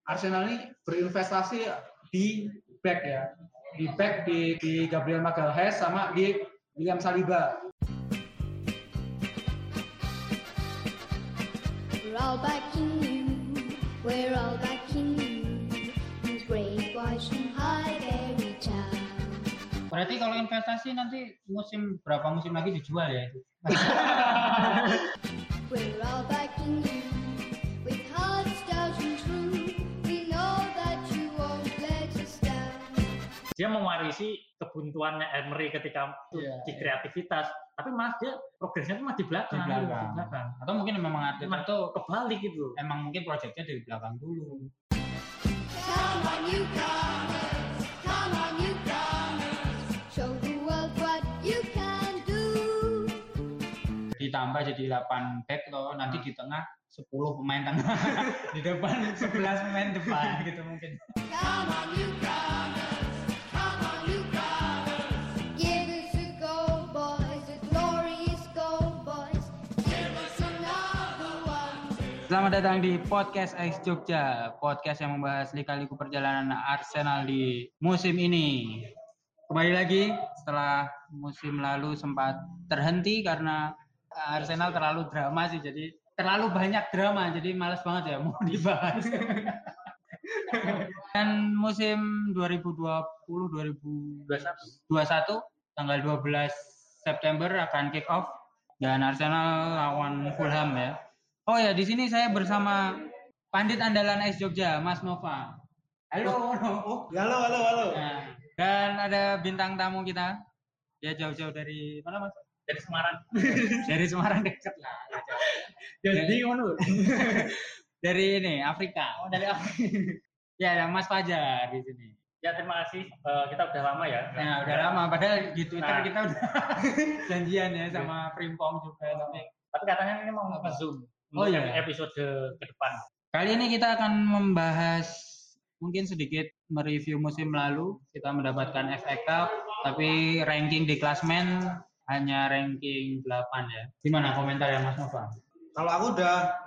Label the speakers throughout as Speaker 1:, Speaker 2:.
Speaker 1: Arsenal ini berinvestasi di back ya, di Gabriel Magalhaes sama di William Saliba.
Speaker 2: We're all backing you, we're all backing you. These great boys from Highbury Town.
Speaker 3: Berarti kalau investasi nanti berapa musim lagi dijual ya itu?
Speaker 2: We're all backing you with hearts stout and true. We know that you won't let us down.
Speaker 4: Dia mewarisi kebuntuannya Emery ketika di kreativitas, tapi malah dia progresnya itu masih di belakang.
Speaker 3: Atau mungkin memang atlet itu
Speaker 4: kebalik gitu.
Speaker 3: Emang mungkin proyeknya dari belakang dulu.
Speaker 2: Come on, you comers, come on, you comers, show the world what you can do.
Speaker 3: Ditambah jadi 8 back loh, nanti di tengah 10 pemain tengah, di depan 11 pemain depan gitu mungkin.
Speaker 2: Come on, you comers, come on, you comers, give us a go, boys, a glorious go, boys, give us another one.
Speaker 3: Selamat datang di Podcast X Jogja, podcast yang membahas lika-liku perjalanan Arsenal di musim ini. Kembali lagi setelah musim lalu sempat terhenti karena Arsenal terlalu drama sih, jadi terlalu banyak drama, jadi malas banget ya mau dibahas. Dan musim 2020-2021 tanggal 12 September akan kick off dan Arsenal lawan Fulham ya. Oh ya, di sini saya bersama pandit andalan X Jogja, Mas Nova. Halo.
Speaker 1: Halo.
Speaker 3: Nah, dan ada bintang tamu kita. Dia jauh-jauh dari mana, Mas?
Speaker 4: Dari Semarang.
Speaker 3: Dari Semarang dekat lah.
Speaker 4: Jadi ngono.
Speaker 3: Dari ini Afrika.
Speaker 4: Oh, dari Afrika.
Speaker 3: Ya, Mas Fajar di sini.
Speaker 4: Ya, terima kasih. Kita udah lama ya.
Speaker 3: Nah, udah lama. Padahal di Twitter kita udah janjian ya sama Frimpong juga.
Speaker 4: Tapi katanya ini mau nge-zoom.
Speaker 3: Oh iya.
Speaker 4: Episode ke depan.
Speaker 3: Kali ini kita akan membahas mungkin sedikit mereview musim lalu. Kita mendapatkan FA Cup, tapi ranking di klasmen hanya ranking 8 ya. Gimana komentar ya Mas Nova?
Speaker 1: Kalau aku udah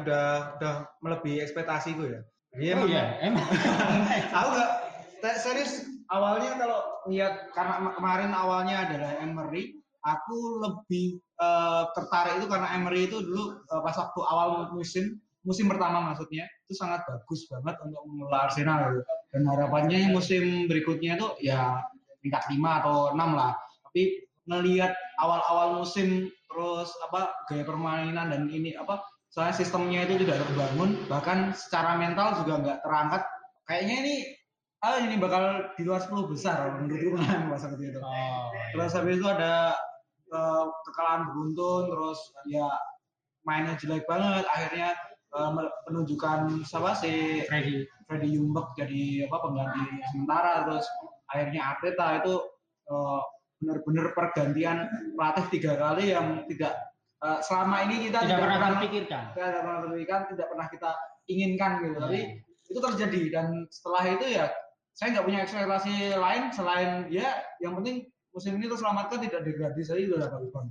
Speaker 1: melebihi ekspektasiku ya.
Speaker 3: Emang.
Speaker 1: Aku nggak serius awalnya kalau lihat karena kemarin awalnya adalah Emery, aku lebih tertarik itu karena Emery itu dulu pas waktu awal musim pertama maksudnya itu sangat bagus banget untuk mengelola Arsenal dan harapannya musim berikutnya itu ya peringkat 5 atau 6 lah. Tapi ngelihat awal-awal musim terus gaya permainan dan ini soalnya sistemnya itu tidak terbangun, bahkan secara mental juga nggak terangkat. Kayaknya ini bakal di luar 10 besar menurutku kan seperti itu. Terus habis itu ada kekalahan beruntun, terus ya mainnya jelek banget. Akhirnya penunjukan si Freddy Ljungberg jadi pengganti sementara, terus akhirnya Arteta itu benar-benar pergantian pelatih 3 kali yang tidak selama ini kita tidak pernah terpikirkan, tidak pernah kita inginkan gitu. Tapi itu terjadi dan setelah itu ya saya nggak punya ekspektasi lain selain ya yang penting musim ini terselamatkan, tidak degradasi saja udah bagus banget.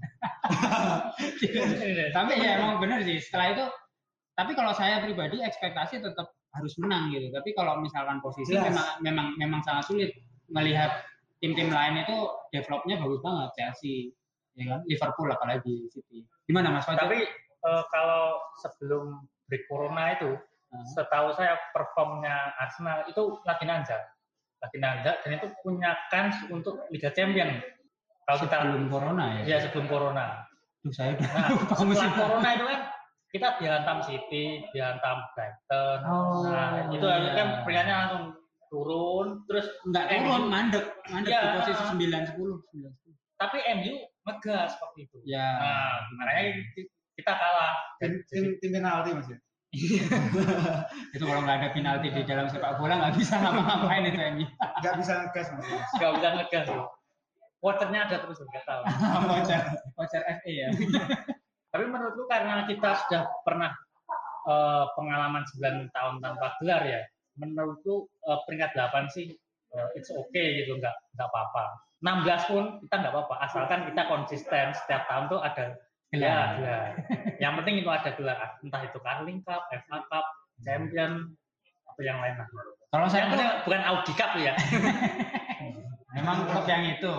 Speaker 3: Tapi ya emang benar sih setelah itu. Tapi kalau saya pribadi ekspektasi tetap harus menang gitu. Tapi kalau misalkan posisi memang sangat sulit melihat tim-tim lain itu developnya bagus banget, Chelsea, ya kan, Liverpool apalagi City. Gimana Mas Fajar?
Speaker 4: Tapi kalau sebelum break corona itu, setahu saya performnya Arsenal itu lagi nanjak dan itu punya kans untuk Liga Champion. Kalau kita
Speaker 3: sebelum corona ya?
Speaker 4: Iya sebelum corona.
Speaker 3: Saya
Speaker 4: setelah corona itu kan kita dihantam City, dihantam Brighton. Itu kan peringkatnya langsung turun, terus
Speaker 3: nggak turun, mandek di posisi 9-10.
Speaker 4: Tapi MU ngegas seperti itu.
Speaker 3: Ya.
Speaker 4: Makanya kita kalah.
Speaker 1: Tim penalti Mas ya.
Speaker 3: Itu kalau nggak ada penalti di dalam sepak bola nggak bisa ngapa-ngapain itu MU.
Speaker 1: Nggak bisa ngegas Mas.
Speaker 4: Nggak bisa ngegas. Waternya ada terus nggak tahu.
Speaker 3: Water FA ya.
Speaker 4: Tapi menurutku karena kita sudah pernah pengalaman 9 tahun tanpa gelar ya. Menurutku peringkat 8 sih it's okay gitu, nggak apa-apa. 16 pun kita nggak apa-apa, asalkan kita konsisten setiap tahun tuh ada gelar. Yang penting itu ada gelar, entah itu Carling Cup, FA Cup, Champion, atau yang lain lah.
Speaker 3: Kalau saya tuh
Speaker 4: Bukan Audi Cup ya.
Speaker 3: memang klub yang itu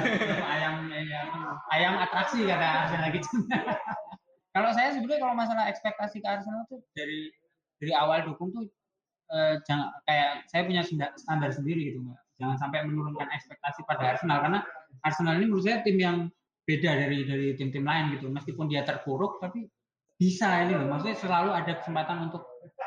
Speaker 3: ayam atraksi kata Arsenal gitu. Kalau saya sebenarnya kalau masalah ekspektasi ke Arsenal tuh dari awal dukung tuh jangan kayak saya punya standar sendiri gitu, jangan sampai menurunkan ekspektasi pada Arsenal karena Arsenal ini menurut saya tim yang beda dari tim-tim lain gitu, meskipun dia terpuruk tapi bisa ini loh, maksudnya selalu ada kesempatan untuk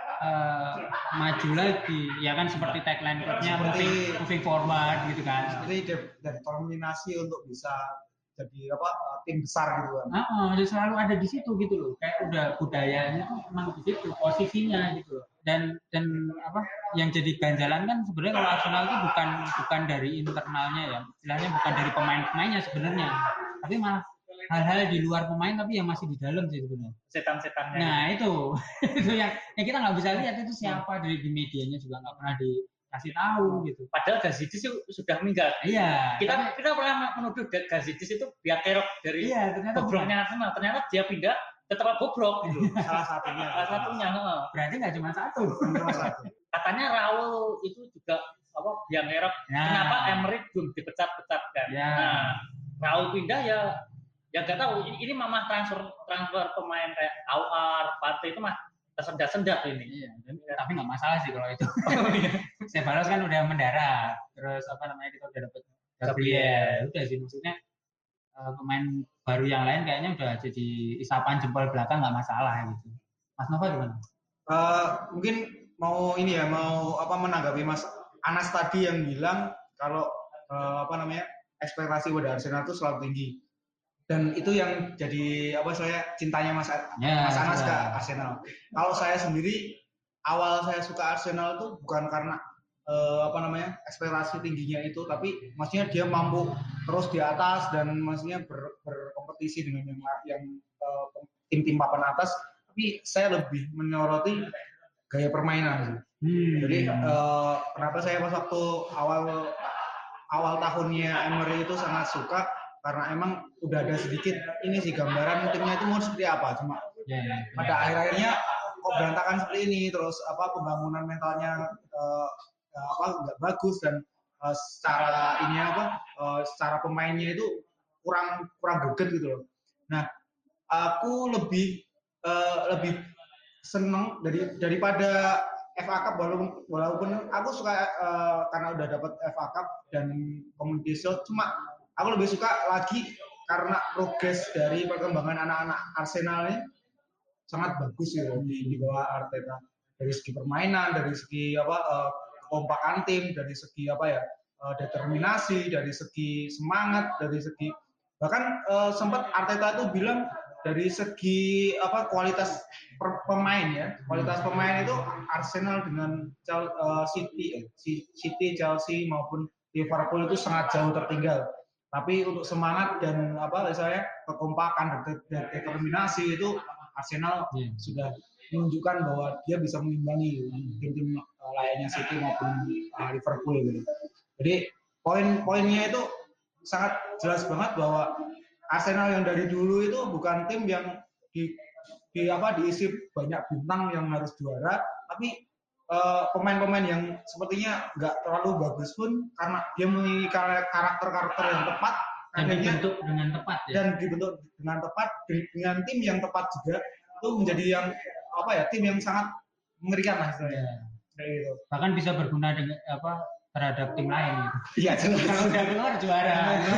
Speaker 3: maju lagi, ya kan seperti tagline klubnya moving forward gitu kan.
Speaker 1: Seperti determinasi untuk bisa jadi tim besar gitu kan.
Speaker 3: Selalu ada di situ gitu loh, kayak udah budayanya tuh emang di situ posisinya gitu loh. Dan yang jadi ganjalan kan sebenarnya kalau Arsenal itu bukan dari internalnya ya, istilahnya bukan dari pemain-pemainnya sebenarnya, tapi malah hal-hal di luar pemain tapi yang masih di dalam sih sebenarnya.
Speaker 4: Setan-setannya.
Speaker 3: Nah itu itu yang kita nggak bisa lihat itu siapa, di medianya juga nggak pernah dikasih tahu gitu.
Speaker 4: Padahal Gazidis sudah minggat.
Speaker 3: Iya.
Speaker 4: Kita pernah menuduh Gazidis itu biakerok dari bobroknya Arsenal. Ternyata dia pindah ke tempat bobrok gitu.
Speaker 1: Salah satunya.
Speaker 3: Berarti nggak cuma satu.
Speaker 4: Katanya Raul itu juga biangerok.
Speaker 3: Nah.
Speaker 4: Kenapa Emery belum dipecat-pecat kan?
Speaker 3: Ya.
Speaker 4: Nah, Raul pindah ya nggak tahu. Ini mah transfer pemain kayak Aouar, Partey itu mah tersendat-sendat ini.
Speaker 3: Iya, tapi nggak masalah sih kalau itu. Ceballos kan udah mendarat, terus kita udah dapat Gabriel, udah sih maksudnya pemain baru yang lain kayaknya udah jadi isapan jempol belakang nggak masalah gitu. Mas Nova gimana?
Speaker 1: Mungkin mau menanggapi Mas Anas tadi yang bilang kalau ekspektasi pada Arsenal itu selalu tinggi. Dan itu yang jadi cintanya Mas Anas ke Arsenal. Kalau saya sendiri awal saya suka Arsenal itu bukan karena ekspektasi tingginya itu, tapi maksudnya dia mampu terus di atas dan maksudnya berkompetisi dengan yang tim-tim papan atas. Tapi saya lebih menyoroti gaya permainan. Jadi kenapa saya pas waktu awal tahunnya Emery itu sangat suka, karena emang udah ada sedikit ini sih gambaran timnya itu mau seperti apa, cuma pada akhir-akhirnya kok berantakan seperti ini, terus pembangunan mentalnya nggak bagus, dan secara pemainnya itu kurang greget gitu loh. Nah, aku lebih seneng daripada FA Cup, walaupun aku suka karena udah dapat FA Cup dan Community Shield, cuma aku lebih suka lagi karena progres dari perkembangan anak-anak Arsenal ini sangat bagus gitu di bawah Arteta, dari segi permainan, dari segi kekompakan tim, dari segi determinasi, dari segi semangat, dari segi bahkan sempat Arteta itu bilang dari segi kualitas pemain ya, kualitas pemain itu Arsenal dengan City, Chelsea maupun Liverpool itu sangat jauh tertinggal. Tapi untuk semangat dan kekompakan dan determinasi itu Arsenal sudah menunjukkan bahwa dia bisa mengimbangi tim-tim layaknya City maupun Liverpool gitu. Jadi poin-poinnya itu sangat jelas banget bahwa Arsenal yang dari dulu itu bukan tim yang diisi banyak bintang yang harus juara, tapi pemain-pemain yang sepertinya nggak terlalu bagus pun karena dia memiliki karakter-karakter yang tepat
Speaker 3: dan dibentuk dengan tepat
Speaker 1: dan dibentuk dengan tepat dengan tim yang tepat juga, itu menjadi yang tim yang sangat mengerikan lah istilahnya. Gitu.
Speaker 3: Bahkan bisa berguna dengan terhadap tim lain gitu.
Speaker 1: Iya,
Speaker 3: kalau udah keluar juara.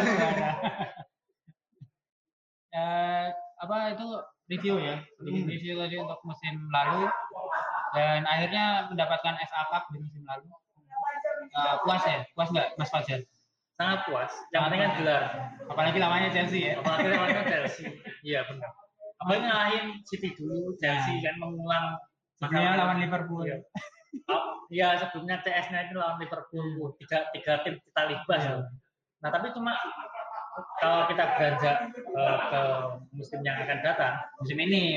Speaker 3: Itu review ya, review tadi untuk musim lalu, dan akhirnya mendapatkan FA Cup di musim lalu. Puas nggak Mas Fajar?
Speaker 4: Sangat puas. Yang penting kan gelar.
Speaker 3: Apalagi lawannya Chelsea ya.
Speaker 4: Apalagi lawannya Chelsea. Iya benar. Apalagi ngalahin City dulu, Chelsea kan mengulang.
Speaker 3: Sebelumnya lawan Liverpool.
Speaker 4: Iya sebelumnya CS-nya itu lawan Liverpool. Tiga tim kita libas. Nah tapi cuma kalau kita beranjak ke musim yang akan datang, musim ini.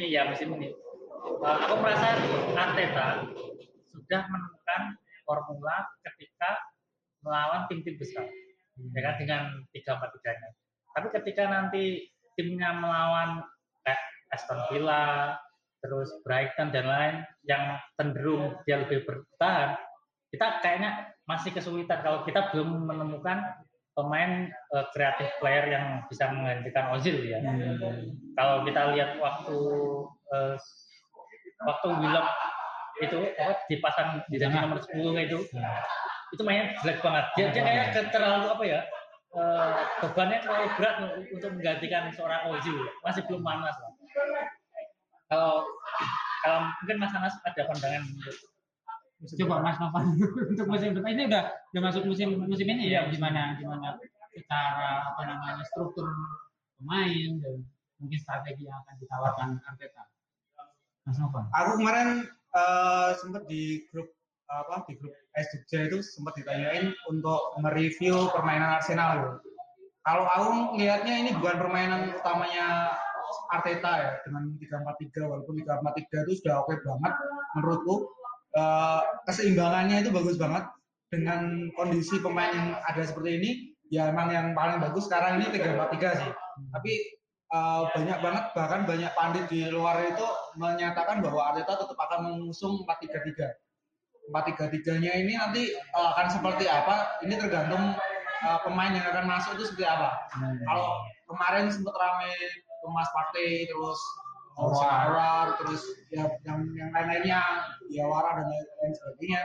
Speaker 4: Aku merasa Arteta sudah menemukan formula ketika melawan tim-tim besar, ya kan, dengan 3-4-3-nya. Tapi ketika nanti timnya melawan Aston Villa, terus Brighton dan lain yang cenderung dia lebih bertahan, kita kayaknya masih kesulitan kalau kita belum menemukan pemain kreatif player yang bisa menggantikan Ozil ya. Kalau kita lihat waktu Willock itu dipasang di nomor 10 itu mainnya jelek banget. Dia kayak terlalu bebannya terlalu berat untuk menggantikan seorang Ozil. Masih belum panas lah. Kalau mungkin Mas Anas ada pandangan
Speaker 3: Coba Mas Novan untuk musim depan ini udah masuk musim ini ya, gimana secara struktur pemain dan mungkin strategi yang akan ditawarkan Arteta. Mas Novan.
Speaker 1: Aku kemarin sempat di grup AS Jogja itu sempat ditanyain untuk mereview permainan Arsenal gitu. Kalau aku lihatnya ini bukan permainan utamanya Arteta ya, dengan 3-4-3, walaupun 3-4-3 itu sudah oke banget menurutku. Keseimbangannya itu bagus banget dengan kondisi pemain yang ada seperti ini. Ya emang yang paling bagus sekarang ini 3-4-3 sih. Tapi banyak banget, bahkan banyak pandit di luar itu menyatakan bahwa Arteta tetap akan mengusung 4-3-3. 4-3-3-nya ini nanti akan seperti apa? Ini tergantung pemain yang akan masuk itu seperti apa. Kalau kemarin sempat ramai Thomas Partey, terus Aouar, terus ya yang lain-lainnya, Diawara dan lain sebagainya.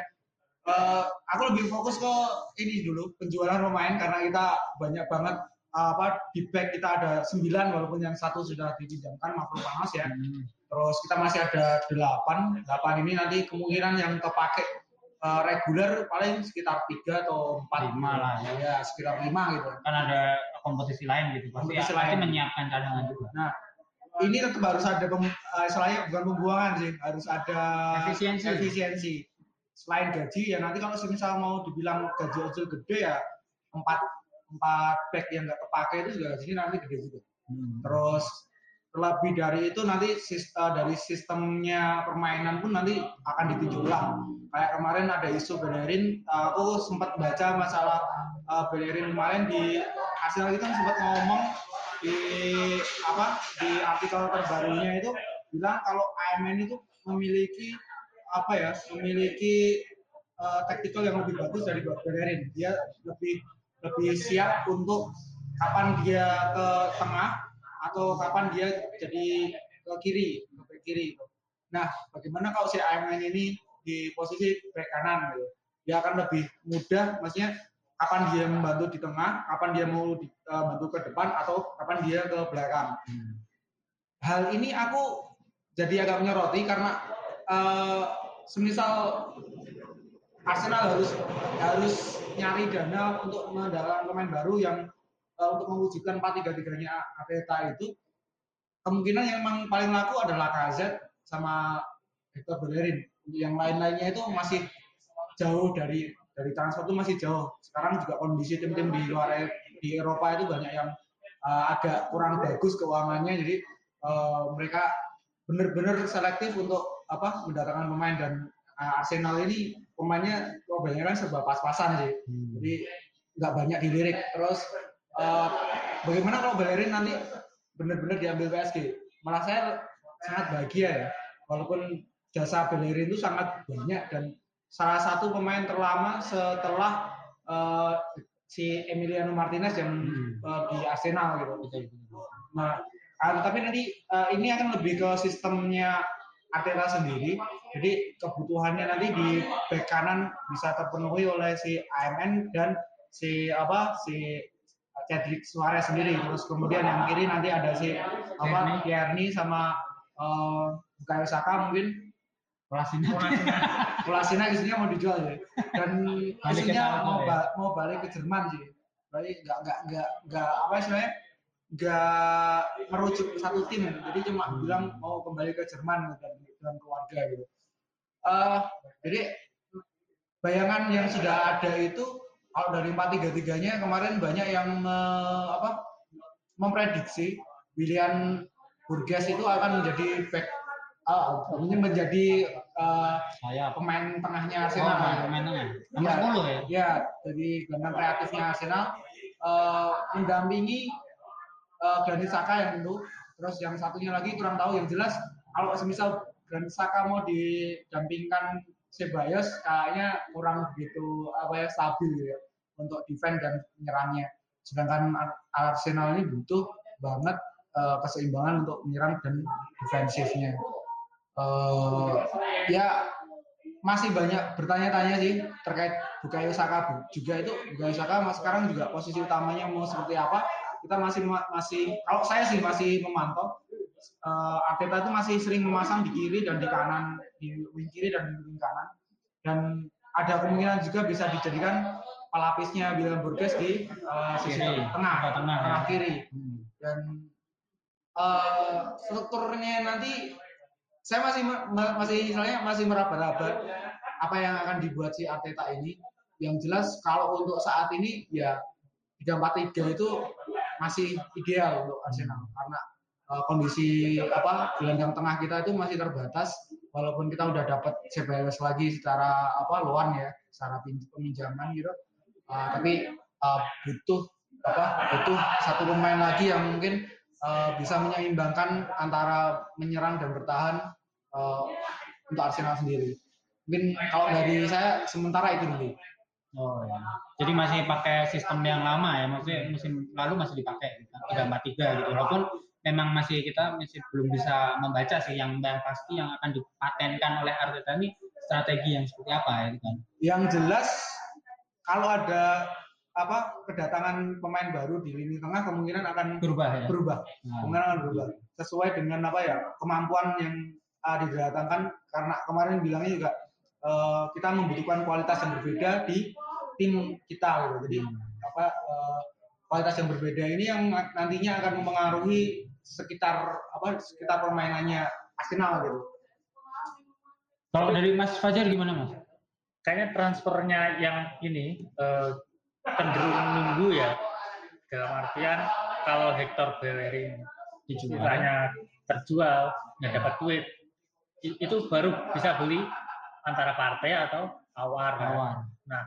Speaker 1: Aku lebih fokus ke ini dulu, penjualan pemain, karena kita banyak banget di back kita ada 9 walaupun yang satu sudah dipinjamkan Mavropanos ya. Terus kita masih ada 8 ini nanti kemungkinan yang kepake reguler paling sekitar 3 atau 4
Speaker 3: 5 lah
Speaker 1: ya, sekitar 5 gitu.
Speaker 3: Kan ada kompetisi lain gitu. Kompetisi lain menyiapkan cadangan juga.
Speaker 1: Nah, ini tetap harus ada selain bukan pembuangan sih, harus ada efisiensi. Selain gaji ya nanti kalau misal mau dibilang gaji Ozil gede ya 4 back yang nggak kepake itu juga gajinya nanti gede juga. Terus lebih dari itu nanti dari sistemnya permainan pun nanti akan ditinjau ulang. Kayak kemarin ada isu Bellerin, aku sempat baca masalah Bellerin kemarin di Arsenal itu kan sempat ngomong di artikel terbarunya itu bilang kalau AMN itu memiliki taktikal yang lebih bagus dari Bellerin. Dia lebih siap untuk kapan dia ke tengah atau kapan dia jadi ke kiri. Nah, bagaimana kalau si AMN ini di posisi bek kanan gitu. Dia akan lebih mudah, maksudnya kapan dia membantu di tengah, kapan dia mau bantu ke depan atau kapan dia ke belakang. Hal ini aku jadi agak menyoroti karena semisal Arsenal harus nyari dana untuk mendatangkan pemain baru yang untuk mewujudkan 4-3-3-nya Arteta itu, kemungkinan yang memang paling laku adalah Lacazette sama Hector Bellerin. Yang lain-lainnya itu masih jauh dari transfer itu masih jauh. Sekarang juga kondisi tim-tim di Eropa itu banyak yang agak kurang bagus keuangannya, jadi mereka benar-benar selektif untuk mendatangkan pemain, dan Arsenal ini pemainnya kebanyakan serba pas-pasan sih. Jadi nggak banyak dilirik. Terus bagaimana kalau Bellerin nanti benar-benar diambil PSG? Malah saya sangat bahagia ya, walaupun jasa Bellerin itu sangat banyak dan salah satu pemain terlama setelah si Emiliano Martinez yang di Arsenal gitu. Nah, tapi nanti ini akan lebih ke sistemnya Arteta sendiri. Jadi kebutuhannya nanti di bek kanan bisa terpenuhi oleh si AMN dan si Cedric Suarez sendiri. Terus kemudian yang kiri nanti ada si Tierney sama Bukayo Saka mungkin. Kolasinac isinya mau dijual ya. Dan isinya mau balik ke Jerman sih. Berarti nggak merujuk ke satu tim, jadi cuma bilang mau kembali ke Jerman dan keluarga gitu. Jadi bayangan yang sudah ada itu kalau dari 4-3-3-nya kemarin banyak yang memprediksi Willian Burgess itu akan menjadi back, menjadi pemain tengahnya Arsenal.
Speaker 3: Pemain tengah. Nomor 10 ya.
Speaker 1: Ya, jadi gelandang kreatifnya Arsenal mendampingi Granit Xhaka yang tentu. Terus yang satunya lagi kurang tahu, yang jelas kalau semisal Granit Xhaka mau didampingkan Ceballos kayaknya kurang begitu stabil gitu ya untuk defense dan menyerangnya. Sedangkan Arsenal ini butuh banget keseimbangan untuk menyerang dan defensifnya. Ya masih banyak bertanya-tanya sih terkait Bukayo Saka juga itu Bukayo Saka sekarang juga posisi utamanya mau seperti apa kita masih kalau saya sih masih memantau Arteta itu masih sering memasang di kiri dan di kanan di wing kiri dan di wing kanan dan ada kemungkinan juga bisa dijadikan pelapisnya William Burgess di sisi tengah kiri dan strukturnya nanti saya masih meraba-raba apa yang akan dibuat si Arteta ini. Yang jelas kalau untuk saat ini ya 3-4-3 itu masih ideal untuk Arsenal karena kondisi gelandang tengah kita itu masih terbatas walaupun kita udah dapat Ceballos lagi secara loan ya, secara peminjaman gitu. Tapi butuh satu pemain lagi yang mungkin bisa menyeimbangkan antara menyerang dan bertahan untuk Arsenal sendiri. Mungkin kalau dari saya sementara itu dulu.
Speaker 3: Oh ya. Jadi masih pakai sistem yang lama ya, maksudnya musim lalu masih dipakai 3-4-3 gitu. Walaupun memang kita masih belum bisa membaca sih yang pasti yang akan dipatenkan oleh Arteta ini strategi yang seperti apa ya kan. Yang
Speaker 1: jelas kalau ada kedatangan pemain baru di lini tengah kemungkinan akan berubah. Kemungkinan akan berubah sesuai dengan kemampuan yang didatangkan karena kemarin bilangnya juga kita membutuhkan kualitas yang berbeda di tim kita gitu. Jadi kualitas yang berbeda ini yang nantinya akan mempengaruhi sekitar permainannya Arsenal gitu.
Speaker 3: Kalau dari Mas Fajar gimana Mas?
Speaker 4: Kayaknya transfernya yang ini cenderung nunggu ya, dalam artian kalau Hector Bellerin istilahnya terjual nggak dapat duit itu baru bisa beli antara partai atau awar. Nah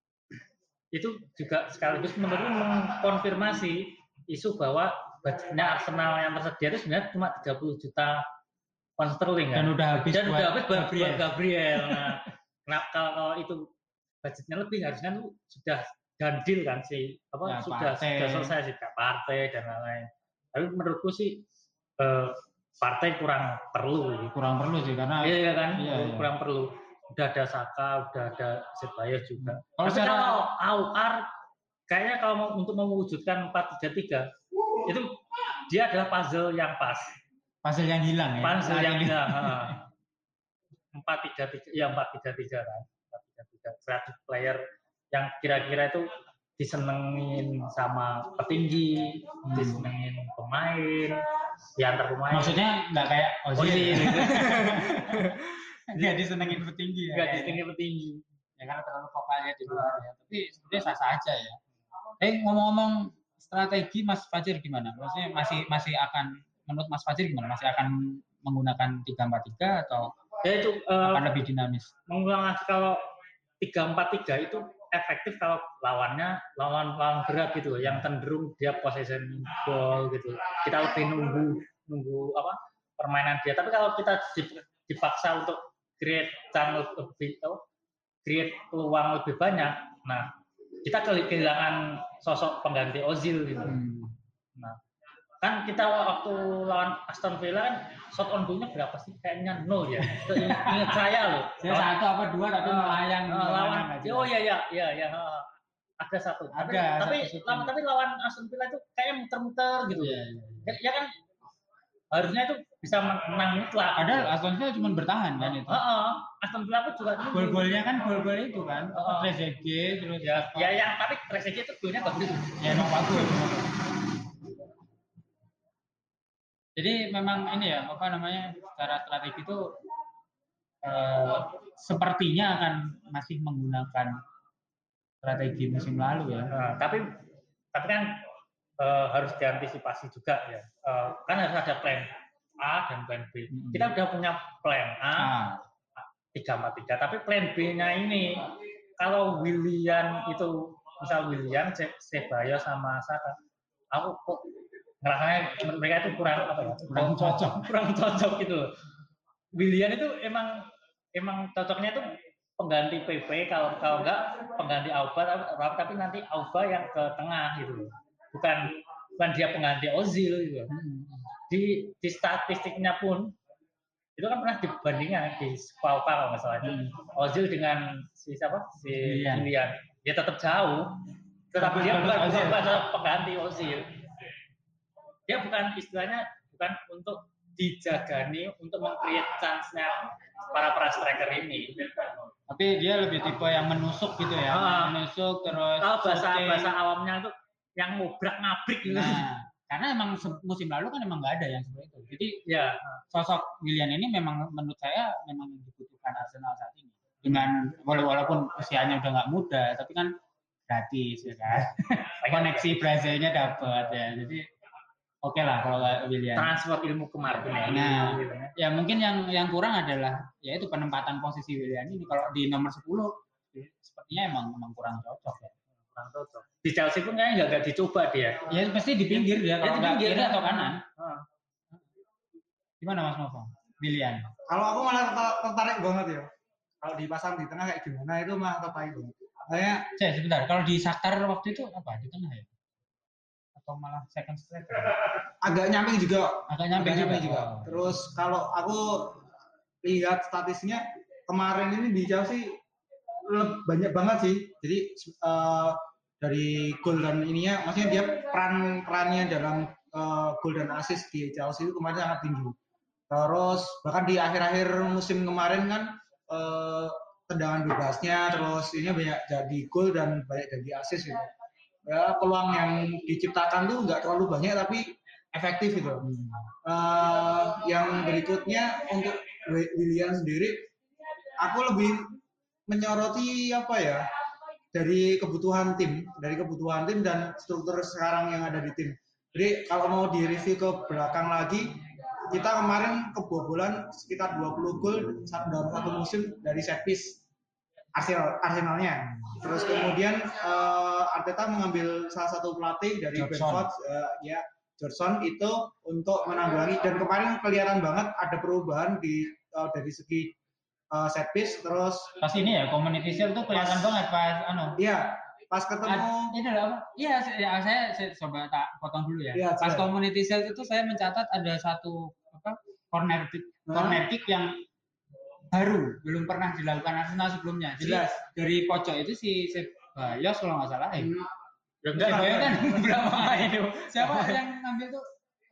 Speaker 4: itu juga sekaligus menurut mengkonfirmasi isu bahwa budgetnya Arsenal yang tersedia itu sebenarnya cuma 30 juta pound sterling kan? Dan udah habis buat Gabriel. Nah kalau itu budgetnya lebih harusnya tuh sudah deal kan sih sudah selesai sih partai dan lain-lain. Tapi menurutku sih partai kurang perlu sih karena kurang perlu. Udah ada Saka, udah ada Ceballos juga. Kalau AUR kayaknya kalau untuk mewujudkan 4-3-3 itu dia adalah puzzle yang pas.
Speaker 3: Puzzle yang hilang ya.
Speaker 4: Puzzle yang hilang. 4-3-3 ya 4-3-3 kan. 4-3-3 kreatif player yang kira-kira itu disenengin sama petinggi, disenengin pemain, diantar pemain.
Speaker 3: Maksudnya nggak kayak Ozil gitu. Nggak disenengin petinggi ya.
Speaker 4: Nggak disenengin petinggi.
Speaker 3: Ya karena terlalu vokalnya di luar ya. Tapi sebenarnya sah-sah aja ya. Ngomong-ngomong strategi Mas Fajar gimana? Maksudnya masih akan menurut Mas Fajar gimana? Masih akan menggunakan 3-4-3 atau
Speaker 4: itu
Speaker 3: akan lebih dinamis?
Speaker 4: Menggunakan kalau 3-4-3 itu efektif kalau lawan berat gitu yang cenderung dia possession ball gitu. Kita lebih nunggu permainan dia. Tapi kalau kita dipaksa untuk create peluang lebih banyak, nah kita kehilangan sosok pengganti Ozil gitu. Nah, kan kita waktu lawan Aston Villa kan shot on goal-nya berapa sih? Kayaknya 0 ya. Ingat saya loh.
Speaker 3: Ya 1 apa 2 tapi melayang.
Speaker 4: Lawan. Oh iya. Ada satu. Tapi lawan Aston Villa itu kayaknya muter-muter gitu. Iya. Ya kan harusnya itu bisa menang mutlak.
Speaker 3: Padahal Aston Villa cuma bertahan kan itu.
Speaker 4: Aston Villa pun juga
Speaker 3: gol-golnya kan gol-gol itu kan. Trezeguet terus
Speaker 4: ya yang tapi Trezeguet itu golnya bagus.
Speaker 3: Ya emang bagus. Jadi memang ini ya secara strategi itu sepertinya akan masih menggunakan strategi musim lalu ya.
Speaker 4: Tapi kan harus diantisipasi juga ya. Kan harus ada plan A dan plan B. Kita udah punya plan A 3-4-3, tapi plan B-nya ini kalau Willian itu misal Willian, Ceballos sama Saka, aku kok ngerasanya mereka itu kurang cocok gitu loh. Willian itu emang cocoknya tuh pengganti PP kalau enggak pengganti Auba tapi nanti Auba yang ke tengah gitu. Bukan dia pengganti Ozil gitu. Di statistiknya pun itu kan pernah dibandingkan di Spauka kalau nggak salah itu. Ozil dengan si Willian. Dia tetap jauh. Tetapi dia bukan pengganti Ozil. Dia bukan istilahnya bukan untuk dijagani untuk meng-create chance-nya para striker ini.
Speaker 3: Tapi dia lebih tipe yang menusuk gitu ya. Menusuk terus.
Speaker 4: Kalau bahasa awamnya itu yang ngobrak-ngabrik gitu.
Speaker 3: Nah, karena emang musim lalu kan emang nggak ada yang seperti itu. Jadi ya sosok Willian ini memang menurut saya memang dibutuhkan Arsenal saat ini. Dengan walaupun usianya udah nggak muda, tapi kan gratis ya kan. Koneksi Brazilnya dapat ya. Jadi oke lah kalau Willian.
Speaker 4: Transfer ilmu ke Martinelli.
Speaker 3: Nah, ya mungkin yang kurang adalah yaitu penempatan posisi Willian ini. Kalau di nomor 10 sepertinya emang kurang cocok ya.
Speaker 4: Kurang cocok. Di Chelsea pun kayaknya nggak dicoba dia.
Speaker 3: Ya pasti di pinggir dia kalau nggak kiri atau kanan. Gimana Mas Nova? Willian.
Speaker 1: Kalau aku malah tertarik banget ya. Kalau dipasang di tengah kayak gimana itu mah tertarik banget. Kayak
Speaker 3: sebentar. Kalau di Shakhtar waktu itu apa di tengah ya? Atau malah second striker?
Speaker 1: Agak nyamping juga.
Speaker 3: juga.
Speaker 1: Terus kalau aku lihat statistiknya kemarin ini di Chelsea banyak banget sih. Jadi dari gol dan ininya, maksudnya dia perannya dalam gol dan assist di Chelsea itu kemarin sangat tinggi. Terus bahkan di akhir-akhir musim kemarin kan tendangan bebasnya, terus ini banyak jadi gol dan banyak jadi assist gitu. Ya peluang yang diciptakan tuh nggak terlalu banyak tapi efektif gitu. Yang berikutnya untuk Willian sendiri, aku lebih menyoroti apa ya dari kebutuhan tim dan struktur sekarang yang ada di tim. Jadi kalau mau direview ke belakang lagi, kita kemarin kebobolan sekitar 20 gol dalam satu musim dari set piece Arsenalnya. Terus kemudian Arteta mengambil salah satu pelatih dari Brentford, Johnson itu untuk menanggulangi, dan kemarin kelihatan banget ada perubahan dari segi set piece. Terus
Speaker 3: pas ini ya community shield tuh kelihatan banget pas
Speaker 1: Iya, pas ketemu
Speaker 3: ini apa? Iya, saya coba tak potong dulu ya. Pas community shield itu saya mencatat ada satu corner kick yang baru, belum pernah dilakukan Arsenal sebelumnya. Jadi dari pojok itu si Bayos kalau nggak salah Bayos kan berapa main itu? Siapa yang ngambil tuh?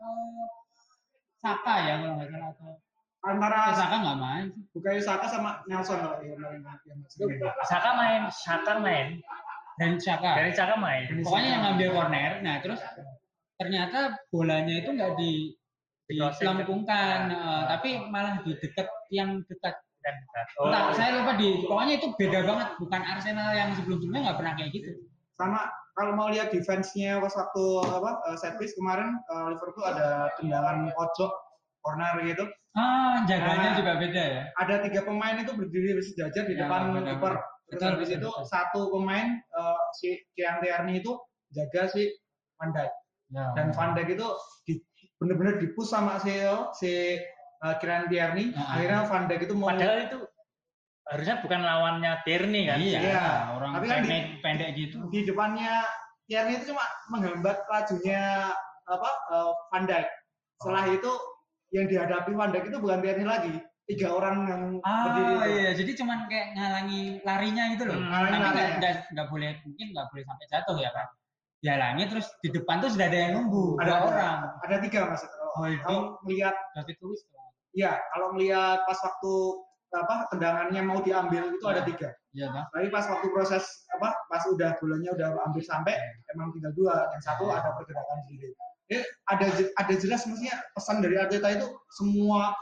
Speaker 3: Saka ya kalau nggak salah atau
Speaker 1: antara
Speaker 3: Saka nggak main.
Speaker 1: Bukan Saka sama Nelson kalau yang
Speaker 4: Saka main.
Speaker 3: Dan Saka
Speaker 4: main.
Speaker 3: Pokoknya yang ngambil corner. Nah terus ternyata bolanya itu nggak dilengkungkan, tapi malah di dekat yang dekat. Nah, saya lupa pokoknya itu beda banget, bukan Arsenal yang sebelum-sebelumnya nggak pernah kayak gitu.
Speaker 1: Sama kalau mau lihat defense-nya pas waktu set piece kemarin Liverpool ada tendangan pojok corner gitu.
Speaker 3: Jaganya juga beda ya.
Speaker 1: Ada 3 pemain itu berdiri sejajar di depan kiper. Terus habis itu satu pemain si Kieran Tierney itu jaga si Van Dijk. Dan Van Dijk itu benar-benar dipush sama si Kieran Tierney. Akhirnya Van Dijk itu
Speaker 4: padahal itu harusnya bukan lawannya Tierney kan?
Speaker 3: Iya. Orang tapi kan pendek gitu.
Speaker 1: Di depannya Tierney itu cuma menghambat lajunya Van Dijk. Setelah itu yang dihadapi Van Dijk itu bukan Tierney lagi, 3 orang yang berdiri itu.
Speaker 3: Iya, jadi cuman kayak ngalangi larinya gitu loh. Tapi nggak boleh sampai jatuh ya kan? Dihalangi terus di depan tuh sudah ada yang nunggu.
Speaker 1: Ada
Speaker 3: orang.
Speaker 1: Ada 3 mas. Kalau melihat
Speaker 3: ditulis.
Speaker 1: Iya, kalau melihat pas waktu tendangannya mau diambil itu ada 3.
Speaker 3: Iya kan?
Speaker 1: Tapi pas waktu proses pas udah bolanya udah ambil sampai emang tinggal 2. Yang satu ada pergerakan sendiri. Ada jelas maksudnya pesan dari Arteta itu semua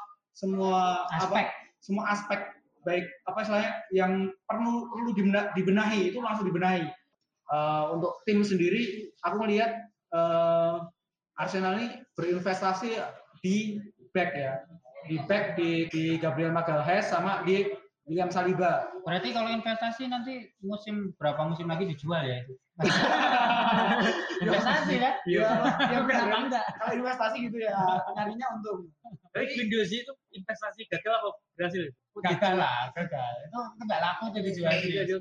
Speaker 1: aspek baik istilahnya yang perlu dibenahi itu langsung dibenahi. Untuk tim sendiri aku melihat Arsenal ini berinvestasi di back ya, di Gabriel Magalhaes sama di William Saliba.
Speaker 3: Berarti kalau investasi nanti berapa musim lagi dijual ya itu? Investasi kan?
Speaker 1: Iya,
Speaker 3: Ya, kenapa enggak?
Speaker 1: Kalau investasi gitu ya, nyarinya untung.
Speaker 4: Tapi Guendouzi itu investasi gagal apa berhasil?
Speaker 3: Gagal lah, gagal. Itu enggak laku tuh dijual.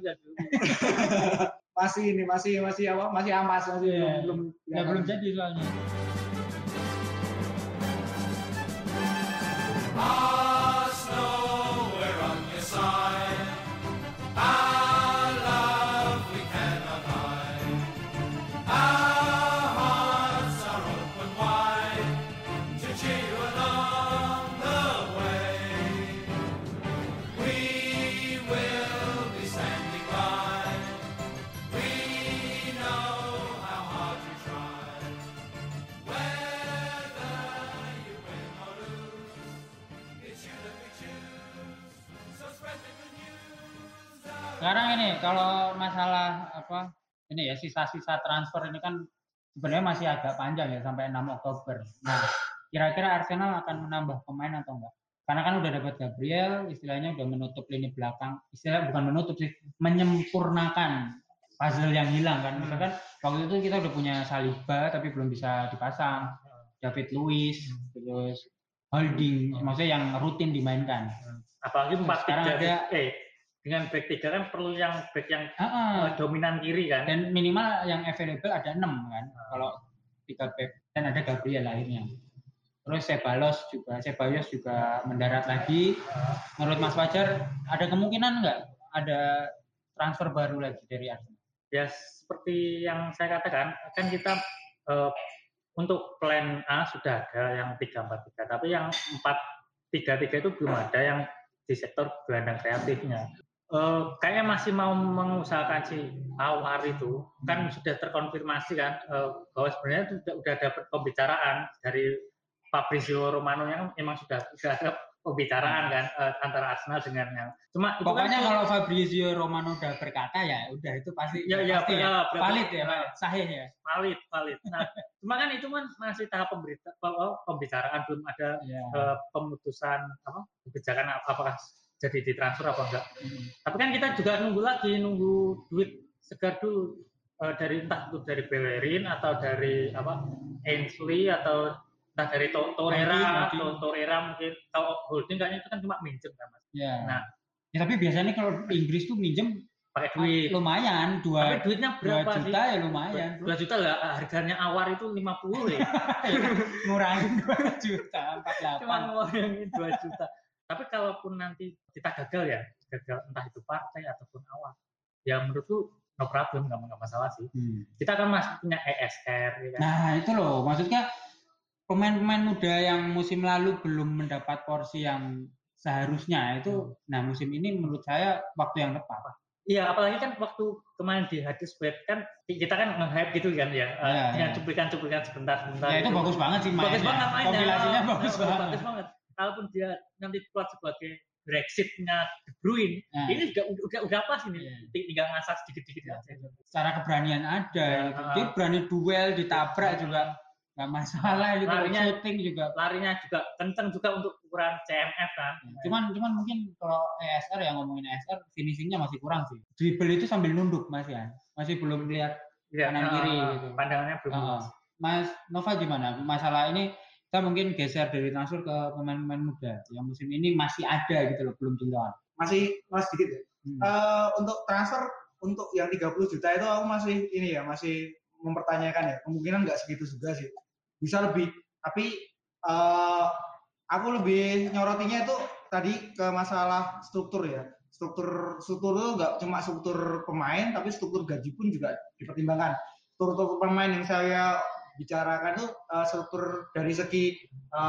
Speaker 1: Masih ampas,
Speaker 3: Iya.
Speaker 1: belum
Speaker 3: Ya belum jadi soalnya.
Speaker 5: Arsenal, we're on your side. Our love we cannot hide. Our hearts are open wide to cheer you along the way. We will be standing by. We know how hard you try. Whether you win or lose, it's you that we choose. So spread the good news.
Speaker 3: Sekarang ini kalau masalah ini ya sisa-sisa transfer ini kan sebenarnya masih agak panjang ya sampai 6 Oktober. Nah, kira-kira Arsenal akan menambah pemain atau enggak? Karena kan udah dapat Gabriel, istilahnya udah menutup lini belakang. Istilahnya bukan menutup sih, menyempurnakan puzzle yang hilang kan. Misalkan waktu itu kita udah punya Saliba tapi belum bisa dipasang. David Luiz, terus Holding, maksudnya yang rutin dimainkan.
Speaker 4: Apalagi 4-3
Speaker 3: Sekarang ada
Speaker 4: dengan back 3 kan perlu yang back yang
Speaker 3: Ah,
Speaker 4: dominan kiri kan.
Speaker 3: dan minimal yang available ada 6 kan kalau 3 back dan ada Gabriel akhirnya. Terus Ceballos juga mendarat lagi. Menurut Mas Fajar ada kemungkinan nggak ada transfer baru lagi dari Arsenal?
Speaker 4: Ya seperti yang saya katakan kan kita untuk plan A sudah ada yang 3-4-3, tapi yang 4-3-3 itu belum ada yang di sektor gelandang kreatifnya. Kayaknya masih mau mengusahakan si Aouar itu kan sudah terkonfirmasi kan bahwa sebenarnya sudah dapat pembicaraan dari Fabrizio Romano yang memang sudah ada pembicaraan kan antara Arsenal dengan yang cuma itu
Speaker 3: Pokoknya
Speaker 4: kan,
Speaker 3: kalau Fabrizio Romano udah berkata ya udah itu pasti pasti
Speaker 4: berarti-
Speaker 3: valid ya, sahih ya.
Speaker 4: valid. Nah, cuma kan itu kan masih tahap pembicaraan belum ada
Speaker 3: Ya.
Speaker 4: pemutusan kebijakan apakah jadi ditransfer apa enggak. Tapi kan kita juga nunggu duit segar dulu entah itu dari Bellerin atau dari Ainsley atau entah dari Torreira mungkin. Kalau Holding kayaknya itu kan cuma minjem kan Mas.
Speaker 3: Ya.
Speaker 4: Nah,
Speaker 3: Ya, tapi biasanya kalau Inggris tuh minjem
Speaker 4: pakai duit.
Speaker 3: lumayan
Speaker 4: Tapi
Speaker 3: 2
Speaker 4: duitnya berapa sih?
Speaker 3: juta ya lumayan.
Speaker 4: 2 juta lah, harganya Aouar itu 50 ya.
Speaker 3: Ngurangin 2 juta 48.
Speaker 4: Cuma ngomongin 2 juta. Tapi kalaupun nanti kita gagal entah itu partai ataupun Aouar, ya menurutku no problem, nggak masalah sih. Kita kan masih punya ESR. Ya kan?
Speaker 3: Nah itu loh, maksudnya pemain-pemain muda yang musim lalu belum mendapat porsi yang seharusnya itu, nah musim ini menurut saya waktu yang tepat.
Speaker 4: Iya, apalagi kan waktu kemarin di Huddersfield kan kita kan nge-hype gitu kan ya, dengan cuplikan-cuplikan sebentar.
Speaker 3: Ya itu bagus banget sih mainnya.
Speaker 4: Bagus banget mainnya.
Speaker 3: Kompilasinya bagus banget.
Speaker 4: Bagus banget. Kalaupun dia nanti keluar sebagai Brexit-nya De Bruyne,
Speaker 3: Nah.
Speaker 4: ini udah pas ini.
Speaker 3: Iya.
Speaker 4: Tinggal ngasah sedikit-sedikit aja.
Speaker 3: Secara keberanian ada, gitu. Dia berani duel, ditabrak juga nggak masalah gitu. Shooting juga.
Speaker 4: Larinya juga kenceng juga untuk ukuran CMF kan.
Speaker 3: Cuman mungkin kalau ESR yang ngomongin ESR finishingnya masih kurang sih. Dribble itu sambil nunduk Mas ya, masih belum lihat kanan kiri gitu.
Speaker 4: Pandangannya belum luas.
Speaker 3: Mas Nova gimana? Masalah ini kita mungkin geser dari transfer ke pemain-pemain muda yang musim ini masih ada gitu loh, belum dilawan.
Speaker 1: Masih sedikit ya. Untuk transfer untuk yang 30 juta itu aku masih mempertanyakan ya, kemungkinan nggak segitu juga sih, bisa lebih, tapi aku lebih nyorotinya itu tadi ke masalah struktur ya. Struktur itu nggak cuma struktur pemain, tapi struktur gaji pun juga dipertimbangkan. Struktur pemain yang saya bicarakan itu struktur dari segi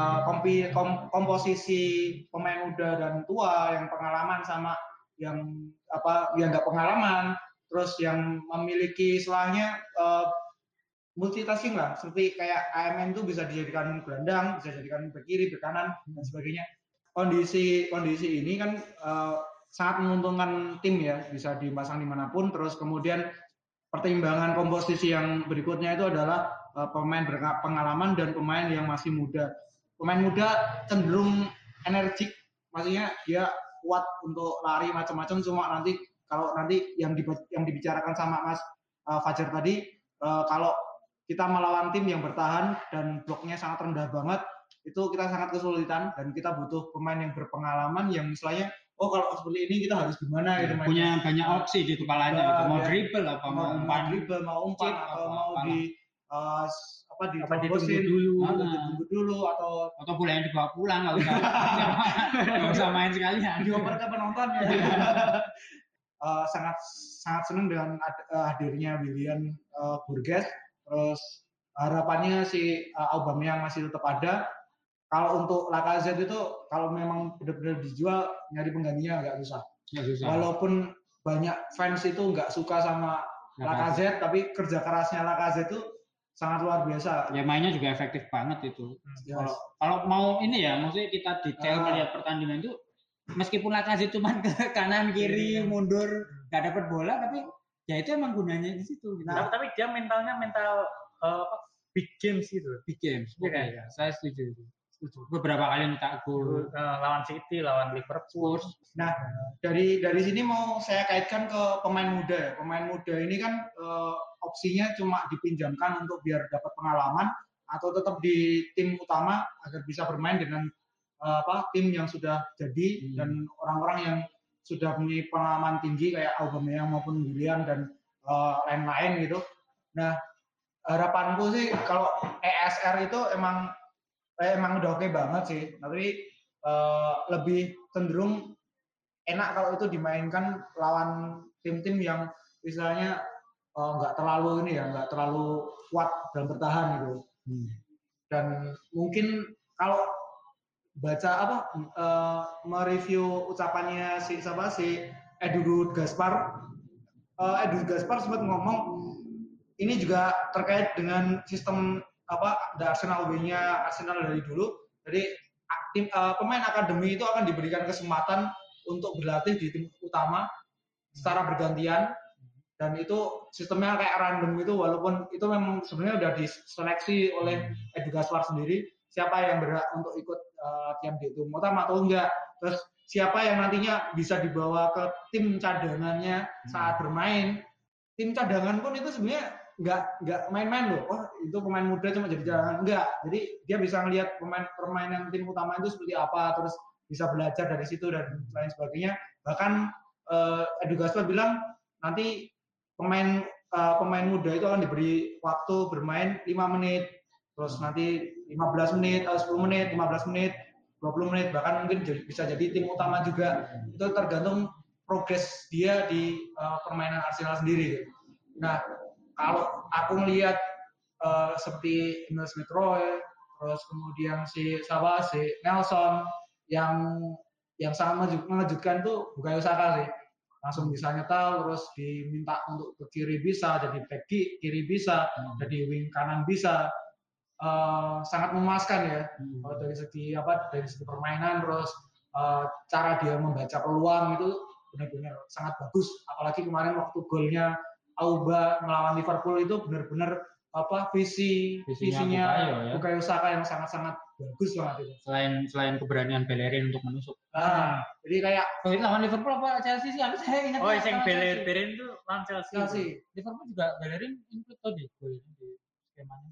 Speaker 1: komposisi pemain muda dan tua, yang pengalaman sama yang nggak pengalaman, terus yang memiliki istilahnya multitasking lah, seperti kayak AMN itu bisa dijadikan gelandang, bisa dijadikan bek kiri, bek kanan dan sebagainya. Kondisi ini kan sangat menguntungkan tim ya, bisa dipasang dimanapun. Terus kemudian pertimbangan komposisi yang berikutnya itu adalah pemain berpengalaman dan pemain yang masih muda. Pemain muda cenderung energik, maksudnya dia kuat untuk lari macam-macam, cuma nanti kalau nanti yang dibicarakan sama Mas Fajar tadi, kalau kita melawan tim yang bertahan dan bloknya sangat rendah banget, itu kita sangat kesulitan dan kita butuh pemain yang berpengalaman yang misalnya kalau seperti ini kita harus gimana gitu mainnya.
Speaker 3: Punya banyak opsi di kepalanya gitu. Mau dribble apa mau umpan,
Speaker 1: dribble, mau umpan
Speaker 3: chip,
Speaker 1: atau
Speaker 3: apa-
Speaker 1: mau
Speaker 3: apa-
Speaker 1: ditunggu
Speaker 4: dulu.
Speaker 1: ditunggu dulu
Speaker 3: atau bola yang dibawa pulang nggak usah nggak usah main sekalian.
Speaker 1: dioper ke penonton ya. Sangat senang dengan hadirnya Willian Burgess. Terus harapannya si Aubameyang masih tetap ada. Kalau untuk Lacazette itu kalau memang benar-benar dijual nyari penggantinya agak susah. Walaupun banyak fans itu nggak suka sama Lacazette, tapi kerja kerasnya Lacazette itu sangat luar biasa.
Speaker 3: Ya mainnya juga efektif banget itu.
Speaker 1: Yes.
Speaker 3: Kalau mau ini ya, maksudnya kita detail melihat pertandingan itu, meskipun Lacazette cuma ke kanan kiri mundur nggak dapat bola, tapi ya itu emang gunanya di situ. Gitu.
Speaker 4: Tapi dia mental big games gitu.
Speaker 3: Big games.
Speaker 4: Iya
Speaker 3: Oke,
Speaker 4: kan?
Speaker 3: ya, saya setuju. Beberapa kali nyetak gol.
Speaker 4: Lawan City, lawan Liverpool.
Speaker 1: Nah, dari sini mau saya kaitkan ke pemain muda ya. Pemain muda ini kan opsinya cuma dipinjamkan untuk biar dapat pengalaman atau tetap di tim utama agar bisa bermain dengan tim yang sudah jadi dan orang-orang yang sudah punya pengalaman tinggi kayak Aubameyang maupun Willian dan lain-lain gitu. Nah, harapanku sih kalau ESR itu emang udah oke banget sih, tapi lebih cenderung enak kalau itu dimainkan lawan tim-tim yang istilahnya nggak terlalu kuat dalam bertahan gitu. Dan mungkin kalau baca mereview ucapannya si Edu Gaspar sempat ngomong ini juga terkait dengan sistem Arsenal way-nya Arsenal dari dulu. Jadi pemain akademi itu akan diberikan kesempatan untuk berlatih di tim utama secara bergantian dan itu sistemnya kayak random itu, walaupun itu memang sebenarnya udah diseleksi oleh Edu Gaspar sendiri siapa yang berhak untuk ikut latihan di tim utama atau enggak, terus siapa yang nantinya bisa dibawa ke tim cadangannya saat bermain. Tim cadangan pun itu sebenarnya nggak main-main loh. Itu pemain muda cuma jadi cadangan, enggak. Jadi dia bisa ngelihat permainan tim utama itu seperti apa, terus bisa belajar dari situ dan lain sebagainya. Bahkan Edu Gaspar bilang nanti pemain muda itu akan diberi waktu bermain 5 menit, terus nanti 15 menit, atau 10 menit, 15 menit, 20 menit, bahkan mungkin bisa jadi tim utama juga. Itu tergantung progres dia di permainan Arsenal sendiri. Nah, kalau aku melihat seperti Emil Smith Rowe, terus kemudian si Nelson yang sangat mengejutkan tuh Bukayo Saka sih. Langsung bisa nyetel, terus diminta untuk ke kiri bisa, jadi back kiri bisa, jadi wing kanan bisa. Sangat memuaskan ya. Dari segi permainan, terus cara dia membaca peluang itu benar-benar sangat bagus. Apalagi kemarin waktu golnya Auba melawan Liverpool itu benar-benar visinya Bukayo Saka yang sangat-sangat bagus banget itu.
Speaker 3: Selain keberanian Bellerin untuk menusuk.
Speaker 1: Jadi kayak
Speaker 3: lawan Liverpool apa Chelsea sih? Saya ingat.
Speaker 4: Yang Bellerin itu lawan Chelsea.
Speaker 3: Liverpool juga Bellerin include tadi gol di skemanya.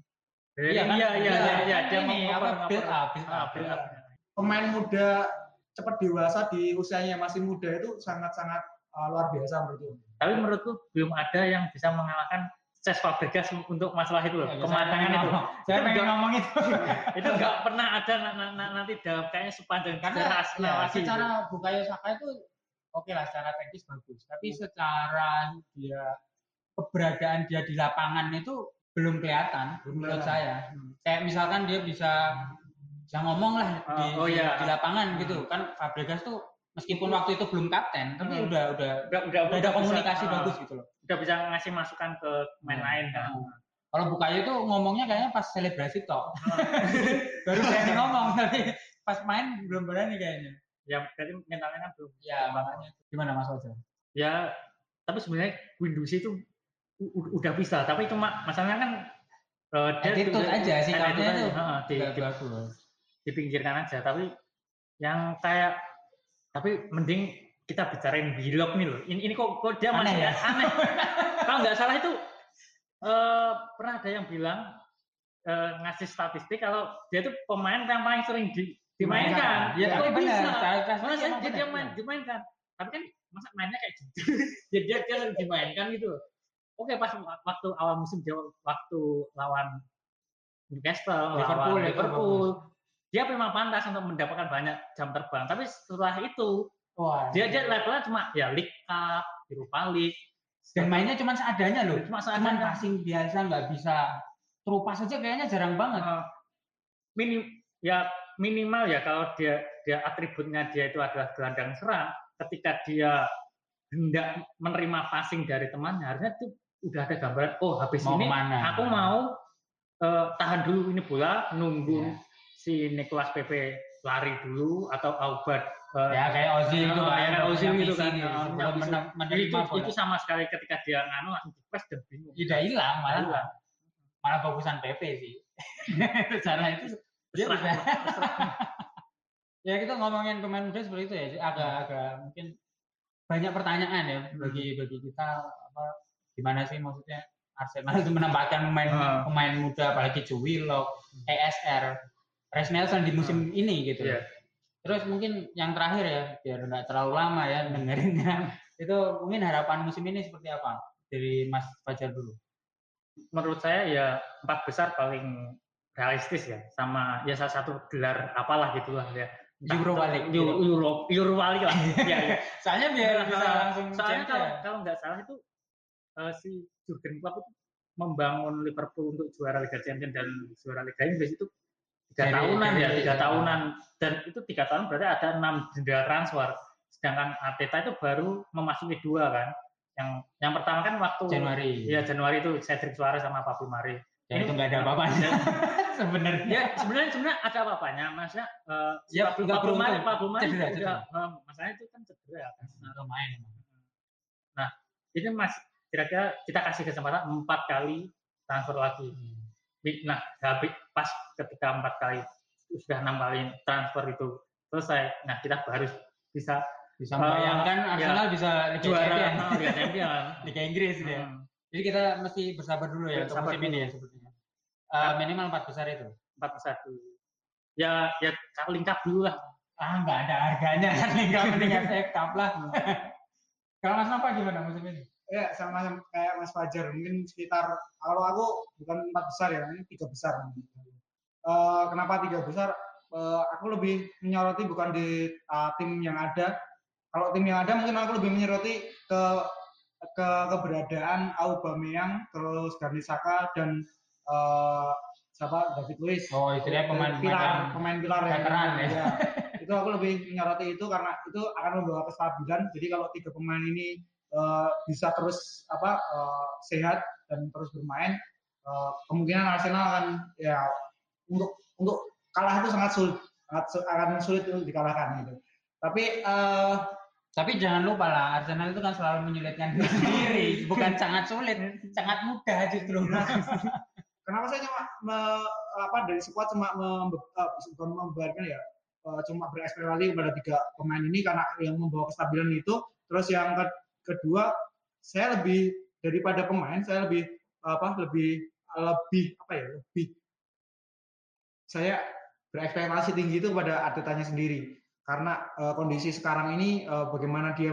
Speaker 4: Iya. Dia
Speaker 3: build up.
Speaker 1: Pemain muda cepat dewasa di usianya masih muda itu sangat-sangat luar biasa menurutku.
Speaker 4: Tapi menurutku belum ada yang bisa mengalahkan Cesc Fabregas untuk masalah itu loh, kematangan itu.
Speaker 3: Saya pengen ngomong itu.
Speaker 4: Itu nggak pernah ada nanti dalam kayaknya sepanjang sejarah Arsenal.
Speaker 3: Secara Bukayo Saka itu oke lah, secara teknis bagus. Tapi secara keberadaan dia di lapangan itu belum kelihatan menurut saya. Kayak misalkan dia bisa ngomong lah di lapangan gitu kan. Fabregas tuh meskipun waktu itu belum kapten, tapi udah ada komunikasi bagus gitu loh.
Speaker 4: Udah bisa ngasih masukan ke main lain kan.
Speaker 3: Kalau Bukayo tuh ngomongnya kayaknya pas selebrasi toh. Baru berani ngomong, tapi pas main belum berani kayaknya.
Speaker 4: Ya berarti mentalnya kan belum.
Speaker 3: Ya makanya. Gimana Mas Ojo?
Speaker 4: Ya, tapi sebenarnya Guendouzi itu udah bisa, tapi cuma masalahnya kan dia
Speaker 3: attitude aja sih
Speaker 4: di pinggirkan aja. Tapi yang kayak Tapi mending kita bicarain Willock nih loh. Ini kok dia
Speaker 3: Aneh
Speaker 4: masih
Speaker 3: ya?
Speaker 4: aneh. Kalau nggak salah itu pernah ada yang bilang ngasih statistik kalau dia itu pemain yang paling sering dimainkan.
Speaker 3: Ya,
Speaker 4: kok
Speaker 3: tapi
Speaker 4: bisa?
Speaker 3: benar.
Speaker 4: Masa
Speaker 3: Emang
Speaker 4: dia
Speaker 3: benar.
Speaker 4: dimainkan. Tapi kan masa mainnya kayak gitu. dia sering dimainkan gitu. Oke, pas waktu awal musim dia waktu lawan Newcastle, lawan Liverpool, dia memang pantas untuk mendapatkan banyak jam terbang. Tapi setelah itu
Speaker 3: Wah,
Speaker 4: dia levelnya cuma ya League Cup, Europa League,
Speaker 3: dan mainnya cuma seadanya loh.
Speaker 4: Cuma
Speaker 3: Cuman
Speaker 4: seadanya.
Speaker 3: passing biasa, nggak bisa terupas aja kayaknya jarang banget.
Speaker 4: Minimal ya kalau dia atributnya dia itu adalah gelandang serang, ketika dia hendak menerima passing dari temannya, harusnya itu udah ada gambaran, oh habis
Speaker 3: Mau
Speaker 4: ini
Speaker 3: kemana?
Speaker 4: aku mau tahan dulu ini bola, nunggu
Speaker 3: Iya.
Speaker 4: si Nicolas Pepe lari dulu atau Aubert
Speaker 3: Ya kayak Ozil itu kan,
Speaker 4: kayak Ozil gitu kan.
Speaker 3: sebelum menerima bola.
Speaker 4: Itu sama sekali ketika dia nganu langsung dipres dan bingung.
Speaker 3: Udah hilang
Speaker 4: Hilang.
Speaker 3: malah bagusan Pepe sih. Cara itu dia
Speaker 4: Terserah,
Speaker 3: bisa.
Speaker 4: terserah.
Speaker 3: Ya kita ngomongin pemain muda seperti itu ya, agak mungkin banyak pertanyaan ya bagi kita apa gimana sih maksudnya Arsenal itu menempatkan pemain muda apalagi Joe Willock, ESR, Reiss Nelson di musim ini gitu.
Speaker 4: Iya.
Speaker 3: Terus mungkin yang terakhir ya biar nggak terlalu lama ya dengerinnya itu mungkin harapan musim ini seperti apa dari Mas Fajar dulu?
Speaker 4: Menurut saya ya 4 besar paling realistis ya, sama ya salah satu gelar apalah gitulah ya. Eurowali lah. Ya.
Speaker 3: Soalnya biar bisa langsung
Speaker 4: soalnya kalau nggak salah itu si Jurgen Klopp itu membangun Liverpool untuk juara Liga Champions dan juara Liga Inggris itu 3 tahunan ya, 3 tahunan, dan itu 3 tahun berarti ada 6 jendela transfer. Sedangkan Arteta itu baru memasuki 2 kan. Yang pertama kan waktu Januari itu Cedric Suarez sama Pablo Mari.
Speaker 3: Ya itu nggak ada apa-apanya. Sebenarnya
Speaker 4: ada apa-apanya, maksudnya
Speaker 3: ya
Speaker 4: Pablo Mari
Speaker 3: cedera.
Speaker 4: Masalahnya itu kan cedera kan.
Speaker 3: Main.
Speaker 4: Nah, ini Mas kira-kira kita kasih kesempatan 4 kali transfer lagi. Nah, habis pas ketika 4 kali sudah 6 kali transfer itu selesai, nah kita baru bisa
Speaker 3: membayangkan Arsenal bisa
Speaker 4: Liga Champion,
Speaker 3: Liga Inggris ya. Jadi kita mesti bersabar dulu ya untuk musim ini ya sepertinya. Minimal 4 besar itu.
Speaker 4: 4 besar dulu. Ya lengkap dulu lah.
Speaker 3: Nggak ada harganya kan lengkap FA Cup lah. Kalau Mas Nova gimana musim ini?
Speaker 1: Ya sama kayak Mas Fajar, mungkin sekitar, kalau aku bukan 4 besar ya, ini 3 besar. Kenapa 3 besar? Aku lebih menyoroti bukan di tim yang ada. Kalau tim yang ada mungkin aku lebih menyoroti ke keberadaan Aubameyang, terus Granit Xhaka dan David Luiz.
Speaker 3: Oh, itu dia pemain
Speaker 1: pilar
Speaker 3: veteran ya.
Speaker 1: Itu aku lebih menyoroti itu karena itu akan membawa kestabilan. Jadi kalau 3 pemain ini bisa terus sehat dan terus bermain, kemungkinan Arsenal akan ya untuk kalah itu sangat sulit, akan sulit untuk dikalahkan gitu.
Speaker 3: Tapi jangan lupa lah, Arsenal itu kan selalu menyulitkan diri sendiri, bukan sangat sulit, sangat mudah justru.
Speaker 1: Kenapa saya cuma dari squad cuma bukan membebankan ya, cuma berekspektasi kepada 3 pemain ini karena yang membawa kestabilan itu. Terus yang kedua, saya lebih daripada pemain, saya lebih saya berekspektasi tinggi itu pada Artetanya sendiri. Karena kondisi sekarang ini bagaimana dia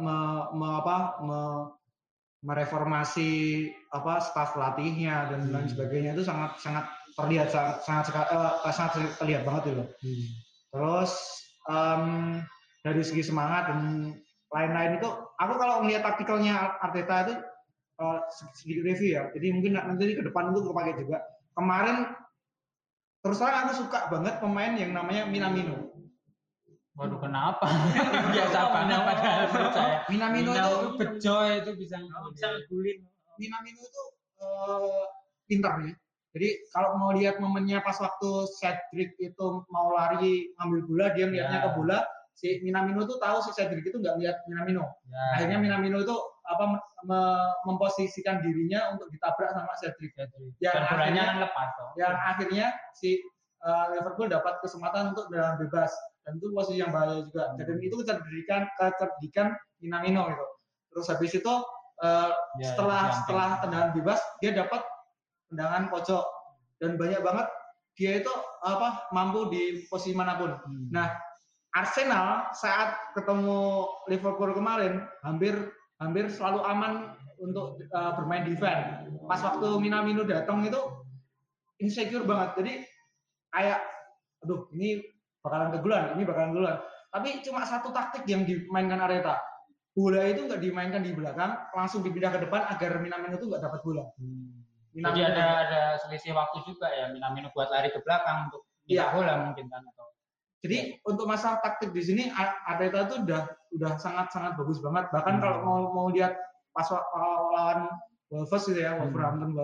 Speaker 1: mereformasi staf pelatihnya dan lain sebagainya itu sangat terlihat sangat terlihat banget itu. Terus dari segi semangat dan lain-lain itu, aku kalau melihat taktikalnya Arteta itu sedikit review ya. Jadi mungkin nanti ke depan itu kepake juga. Kemarin terus terang aku suka banget pemain yang namanya Minamino.
Speaker 3: Waduh, kenapa? Biasa banget padahal menurut saya.
Speaker 1: Minamino itu
Speaker 3: bejo itu bisa
Speaker 4: ngegulin.
Speaker 1: Minamino itu pintar ya. Jadi kalau mau lihat momennya pas waktu Cedric itu mau lari ngambil bola, dia lihatnya ke bola. Si Minamino itu tahu si Cedric itu nggak lihat Minamino. Akhirnya Minamino itu memposisikan dirinya untuk ditabrak sama Cedric. Yang
Speaker 3: akhirnya lepas.
Speaker 1: Yang akhirnya si Liverpool dapat kesempatan untuk tendangan bebas. dan itu posisi yang bahaya juga. Dan itu kecerdikan Minamino gitu. Terus habis itu setelah tendangan bebas dia dapat tendangan pojok dan banyak banget dia itu mampu di posisi manapun. Nah, Arsenal saat ketemu Liverpool kemarin hampir selalu aman untuk bermain defense. Pas waktu Minamino datang itu insecure banget. Jadi kayak aduh ini bakalan kegulan. Tapi cuma satu taktik yang dimainkan Arteta. Bola itu nggak dimainkan di belakang, langsung dipindah ke depan agar Minamino itu nggak dapat bola.
Speaker 3: Jadi ada selisih waktu juga ya Minamino buat lari ke belakang untuk bola mungkin kan atau. Jadi
Speaker 1: untuk masalah taktik di sini Arteta itu udah sangat bagus banget. Bahkan kalau mau lihat pas lawan Wolves itu ya, Wolverhampton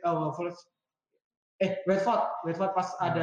Speaker 1: Watford pas ada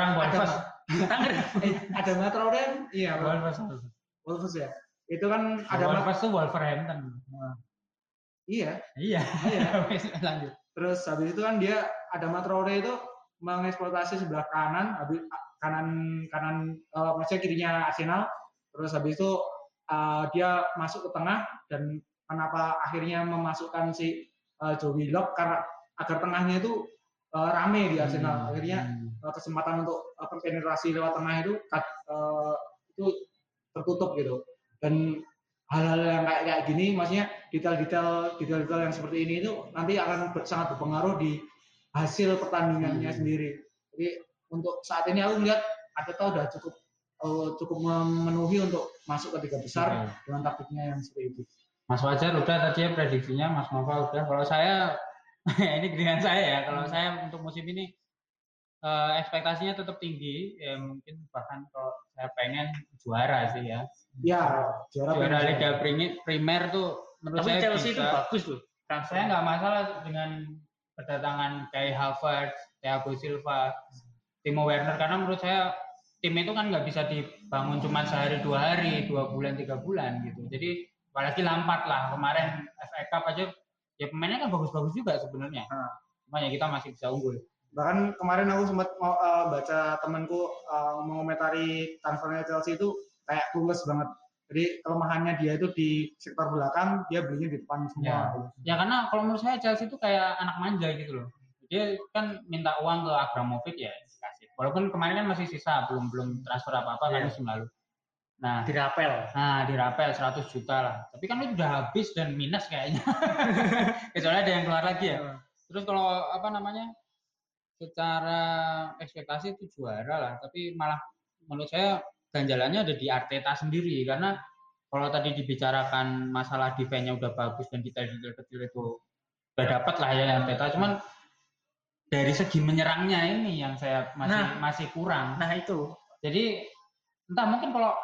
Speaker 1: ada Matroden, iya Wolves ya. Itu kan ada
Speaker 3: Wolves itu Wolverhampton.
Speaker 1: Iya.
Speaker 3: Lanjut.
Speaker 1: Terus habis itu kan dia ada Matroden itu mengeksploitasi sebelah kanan maksudnya kirinya Arsenal. Terus habis itu dia masuk ke tengah dan kenapa akhirnya memasukkan si Joe Willock karena agar tengahnya itu rame di Arsenal. Akhirnya kesempatan untuk penetrasi lewat tengah itu tertutup gitu. Dan hal-hal yang kayak gini, maksudnya detail-detail yang seperti ini itu nanti akan sangat berpengaruh di hasil pertandingannya sendiri. Jadi untuk saat ini aku melihat Arteta udah cukup memenuhi untuk masuk ke 3 besar dengan taktiknya yang seperti itu.
Speaker 3: Mas Fajar udah tadi ya prediksinya, Mas Nova udah. Kalau saya ini dengan saya ya, kalau saya untuk musim ini ekspektasinya tetap tinggi, ya mungkin bahkan kalau saya pengen juara sih ya.
Speaker 1: Ya,
Speaker 3: juara Liga Primer tuh menurut
Speaker 4: tapi
Speaker 3: saya
Speaker 4: Chelsea
Speaker 3: bisa.
Speaker 4: itu bagus loh.
Speaker 3: Saya nggak masalah dengan kedatangan kayak Havertz, Thiago Silva, Timo Werner karena menurut saya tim itu kan nggak bisa dibangun cuma sehari 2 hari, 2 bulan 3 bulan gitu. Jadi apalagi Lampard lah kemarin FA Cup aja ya pemainnya kan bagus-bagus juga sebenarnya. Cuma ya kita masih bisa unggul.
Speaker 1: Bahkan kemarin aku sempat baca temanku mengomentari transfernya Chelsea itu kayak clueless banget. Jadi kelemahannya dia itu di sektor belakang, dia belinya di depan semua.
Speaker 3: Ya karena kalau menurut saya Chelsea itu kayak anak manja gitu loh. Dia kan minta uang ke Abramovich ya dikasih. Walaupun kemarin kan masih sisa, belum transfer apa-apa kan musim lalu. Nah, dirapel 100 juta lah. Tapi kan itu udah habis dan minus kayaknya. Kecuali ada yang keluar lagi ya. Terus kalau secara ekspektasi itu juara lah, tapi malah menurut saya ganjalannya ada di Arteta sendiri karena kalau tadi dibicarakan masalah defense-nya udah bagus dan detail-detail kecil itu udah dapat lah ya Arteta, cuman dari segi menyerangnya ini yang saya masih kurang.
Speaker 4: Nah itu.
Speaker 3: Jadi entah mungkin kalau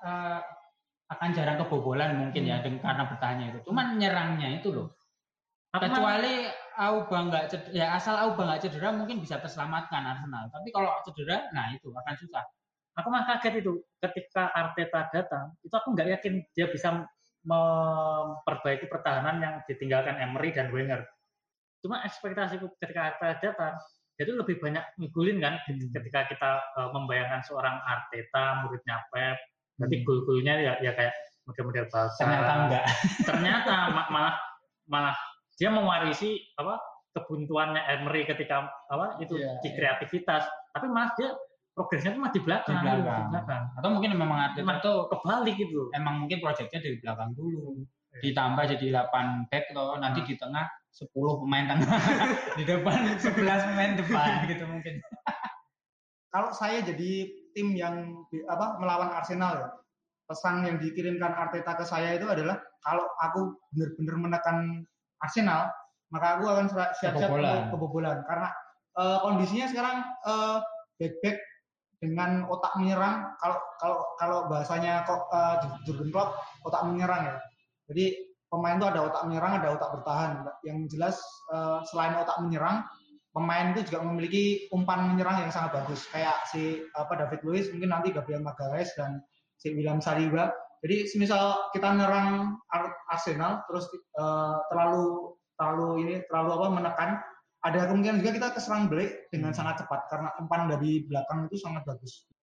Speaker 3: akan jarang kebobolan mungkin ya karena bertahannya itu. Cuman nyerangnya itu loh. Kecuali Auba nggak cedera mungkin bisa terselamatkan Arsenal. Tapi kalau cedera, nah itu akan susah.
Speaker 4: Aku mah kaget itu ketika Arteta datang, itu aku nggak yakin dia bisa memperbaiki pertahanan yang ditinggalkan Emery dan Wenger. Cuma ekspektasiku ketika Arteta datang, jadi lebih banyak ngegulin kan ketika kita membayangkan seorang Arteta muridnya Pep, berarti gol-golnya ya kayak model-model Barca.
Speaker 3: Ternyata enggak.
Speaker 4: Ternyata malah dia mewarisi kebuntuannya Emery ketika di kreativitas, tapi malah dia progresnya itu mah di belakang.
Speaker 3: Atau mungkin memang Arteta itu
Speaker 4: kebalik gitu.
Speaker 3: Emang mungkin proyeknya dari belakang dulu. Ditambah jadi 8 back loh, nanti di tengah 10 pemain tengah, di depan 11 pemain depan gitu mungkin.
Speaker 1: Kalau saya jadi tim yang melawan Arsenal ya, pesan yang dikirimkan Arteta ke saya itu adalah kalau aku benar-benar menekan Arsenal, maka aku akan siap-siap untuk kebobolan karena kondisinya sekarang back dengan otak menyerang, kalau bahasanya Jurgen Klopp otak menyerang ya. Jadi pemain itu ada otak menyerang, ada otak bertahan. Yang jelas selain otak menyerang, pemain itu juga memiliki umpan menyerang yang sangat bagus. Kayak si David Luiz, mungkin nanti Gabriel Magalhaes dan si William Saliba. Jadi semisal kita menyerang Arsenal terus terlalu menekan, ada kemungkinan juga kita keserang balik dengan sangat cepat karena umpan dari belakang itu sangat bagus.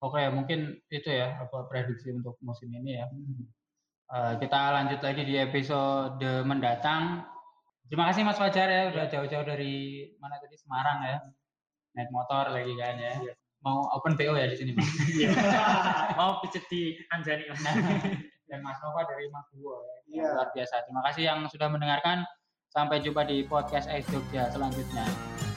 Speaker 3: Oke, mungkin itu ya apa prediksi untuk musim ini ya. Kita lanjut lagi di episode mendatang. Terima kasih Mas Fajar ya udah jauh-jauh dari mana tadi Semarang ya. Naik motor lagi kan ya. Mau open PO ya di sini Mas.
Speaker 4: Mau pijet di Anjani.
Speaker 3: Dan Mas Nova dari Mas Buwo ya.
Speaker 1: Iya.
Speaker 3: Luar biasa. Terima kasih yang sudah mendengarkan. Sampai jumpa di podcast Ais Jogja selanjutnya.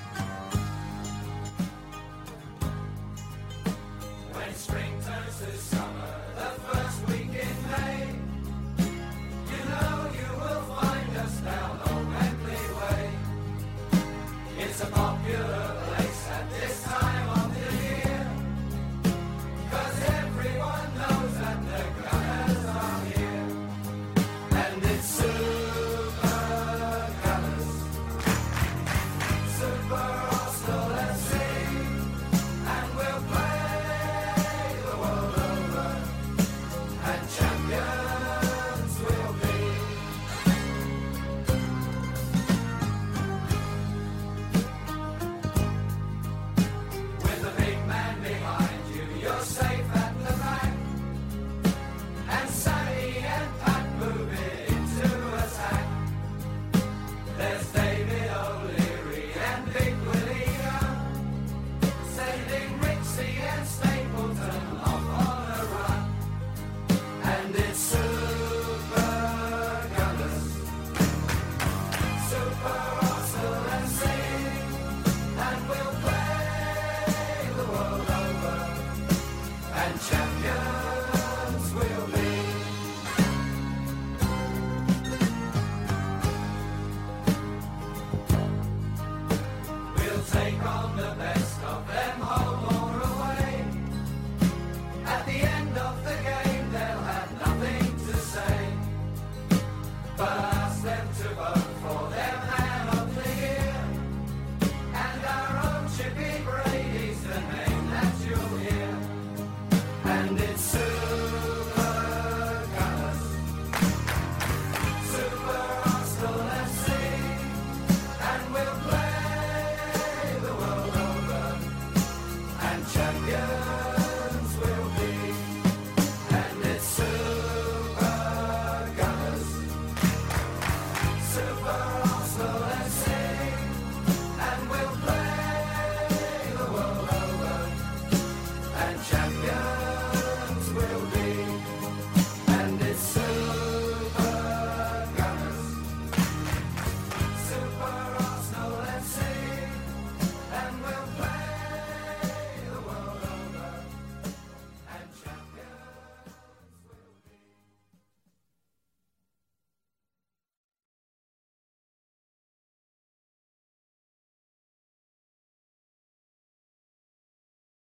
Speaker 5: When spring turns to summer, the first week in May, you know you will find us down Old Bentley Way. It's a popular place at this time of the year, 'cause everyone knows that the Gunners are here. And it's Super Gunners, Super Arsenal FC, and we'll play the world over, and champions we'll be. With a big man behind you, you're safe at the back, and Sammy and Pat move it into attack. There's David O'Leary and Big Willie Young, sailing Rixie and Stapleton off on a run. And it's Super Gunners, Super Arsenal FC, and we'll play the world over, and champions we'll be. We'll take on the best of them, home or away. At the end of the game, they'll have nothing to say, but ask them to vote for